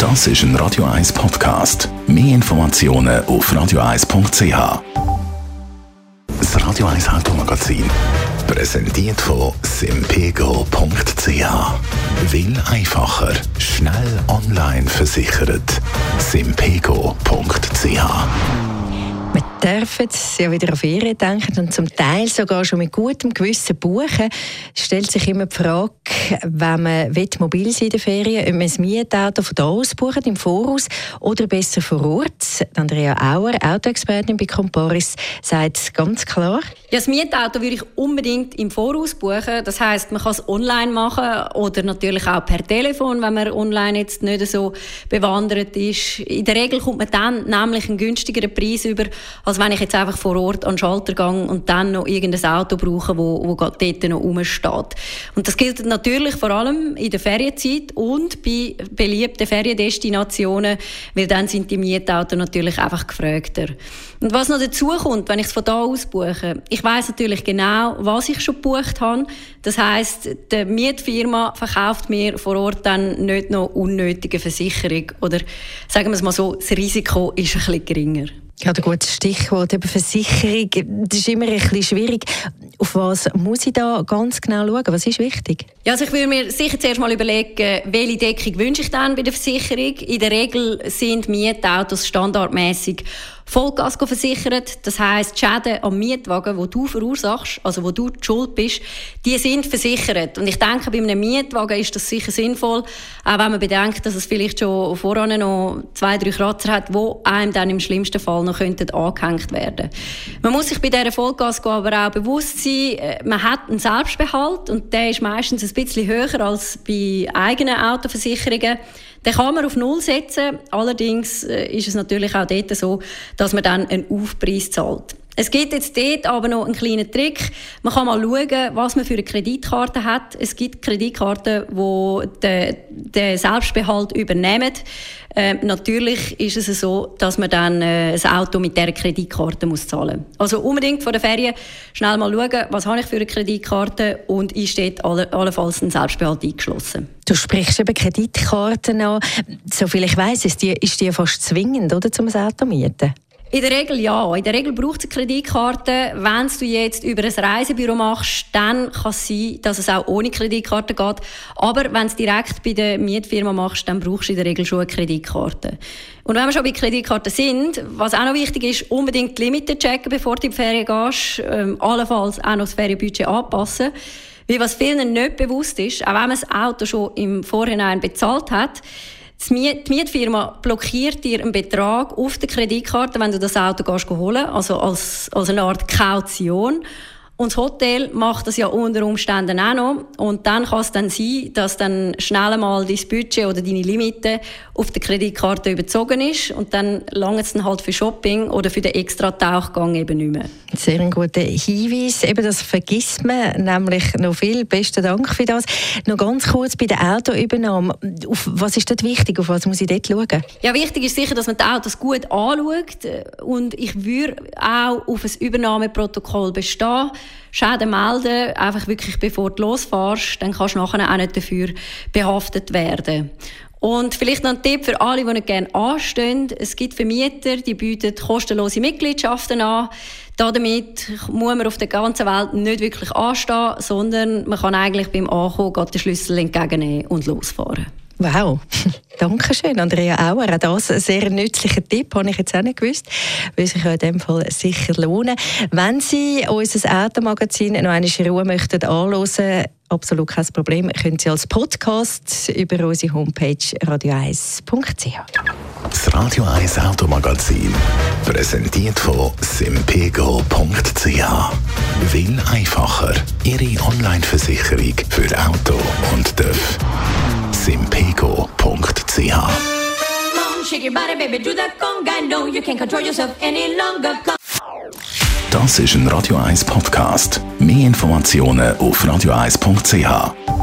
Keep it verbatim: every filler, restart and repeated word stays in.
Das ist ein Radio eins Podcast. Mehr Informationen auf radio eins punkt c h. Das Radio eins Automagazin, präsentiert von simpego punkt c h. Will einfacher, schnell online versichert. simpego punkt c h. Wir dürfen ja wieder an Ferien denken und zum Teil sogar schon mit gutem Gewissen buchen. Es stellt sich immer die Frage, wenn man mobil sein in den Ferien, ob man ein Mietauto von da aus bucht, im Voraus oder besser vor Ort. Andrea Auer, Autoexpertin bei Comparis, sagt ganz klar: Ja, das Mietauto würde ich unbedingt im Voraus buchen. Das heisst, man kann es online machen oder natürlich auch per Telefon, wenn man online jetzt nicht so bewandert ist. In der Regel kommt man dann nämlich einen günstigeren Preis über, als wenn ich jetzt einfach vor Ort an den Schalter gehe und dann noch irgendein Auto brauche, wo, wo dort noch rumsteht. Und das gilt natürlich vor allem in der Ferienzeit und bei beliebten Feriendestinationen, weil dann sind die Mietautos natürlich einfach gefragter. Und was noch dazu kommt, wenn ich es von da aus buche, ich weiss natürlich genau, was ich schon gebucht habe. Das heisst, die Mietfirma verkauft mir vor Ort dann nicht noch unnötige Versicherung. Oder sagen wir es mal so, das Risiko ist ein bisschen geringer. Ja, ein gutes Stichwort, eben Versicherung. Das ist immer ein bisschen schwierig. Auf was muss ich da ganz genau schauen? Was ist wichtig? Ja, also ich würde mir sicher zuerst mal überlegen, welche Deckung wünsche ich dann bei der Versicherung. In der Regel sind Mietautos standardmäßig Vollkasko versichert. Das heisst, die Schäden am Mietwagen, die du verursachst, also wo du die Schuld bist, die sind versichert. Und ich denke, bei einem Mietwagen ist das sicher sinnvoll, auch wenn man bedenkt, dass es vielleicht schon voran noch zwei, drei Kratzer hat, die einem dann im schlimmsten Fall noch könnten angehängt werden. Man muss sich bei dieser Vollkasko aber auch bewusst sein, man hat einen Selbstbehalt und der ist meistens ein bisschen höher als bei eigenen Autoversicherungen. Den kann man auf Null setzen. Allerdings ist es natürlich auch dort so, dass man dann einen Aufpreis zahlt. Es gibt jetzt dort aber noch einen kleinen Trick. Man kann mal schauen, was man für eine Kreditkarte hat. Es gibt Kreditkarten, die den, den Selbstbehalt übernehmen. Ähm, natürlich ist es so, dass man dann äh, ein Auto mit dieser Kreditkarte muss zahlen muss. Also unbedingt vor der Ferien schnell mal schauen, was habe ich für eine Kreditkarte und ist dort alle, allenfalls ein Selbstbehalt eingeschlossen. Du sprichst über Kreditkarten an. Soviel ich weiss, ist die, ist die fast zwingend, oder, zum Auto mieten? In der Regel ja. In der Regel braucht es eine Kreditkarte. Wenn du jetzt über ein Reisebüro machst, dann kann es sein, dass es auch ohne Kreditkarte geht. Aber wenn du es direkt bei der Mietfirma machst, dann brauchst du in der Regel schon eine Kreditkarte. Und wenn wir schon bei Kreditkarten sind, was auch noch wichtig ist, unbedingt die Limite checken, bevor du in die Ferien gehst. Ähm, allenfalls auch noch das Ferienbudget anpassen. Weil was vielen nicht bewusst ist, auch wenn man das Auto schon im Vorhinein bezahlt hat, die Mietfirma blockiert dir einen Betrag auf der Kreditkarte, wenn du das Auto gehst holen, also als, als eine Art Kaution. Und das Hotel macht das ja unter Umständen auch noch. Und dann kann es dann sein, dass dann schnell mal dein Budget oder deine Limite auf der Kreditkarte überzogen ist. Und dann langt es dann halt für Shopping oder für den extra Tauchgang eben nicht mehr. Sehr ein guter Hinweis. Eben, das vergisst man nämlich noch viel. Besten Dank für das. Noch ganz kurz bei der Autoübernahme. Auf was ist dort wichtig? Auf was muss ich dort schauen? Ja, wichtig ist sicher, dass man die Autos gut anschaut. Und ich würde auch auf ein Übernahmeprotokoll bestehen. Schäden melden, einfach wirklich bevor du losfährst, dann kannst du nachher auch nicht dafür behaftet werden. Und vielleicht noch ein Tipp für alle, die nicht gerne anstehen. Es gibt Vermieter, die bieten kostenlose Mitgliedschaften an. Damit muss man auf der ganzen Welt nicht wirklich anstehen, sondern man kann eigentlich beim Ankommen den Schlüssel entgegennehmen und losfahren. Wow, danke schön, Andrea Auer. Auch das ein sehr nützlicher Tipp, habe ich jetzt auch nicht gewusst. Würde sich in dem Fall sicher lohnen. Wenn Sie unser Automagazin noch einmal in Ruhe möchten anhören, absolut kein Problem, können Sie als Podcast über unsere Homepage radio eins punkt c h. Das Radio eins Automagazin, präsentiert von simpego punkt c h. Will einfacher, Ihre Online-Versicherung für Auto und T Ö F. simpego punkt c h. Das ist ein Radio eins Podcast. Mehr Informationen auf radio eins punkt c h.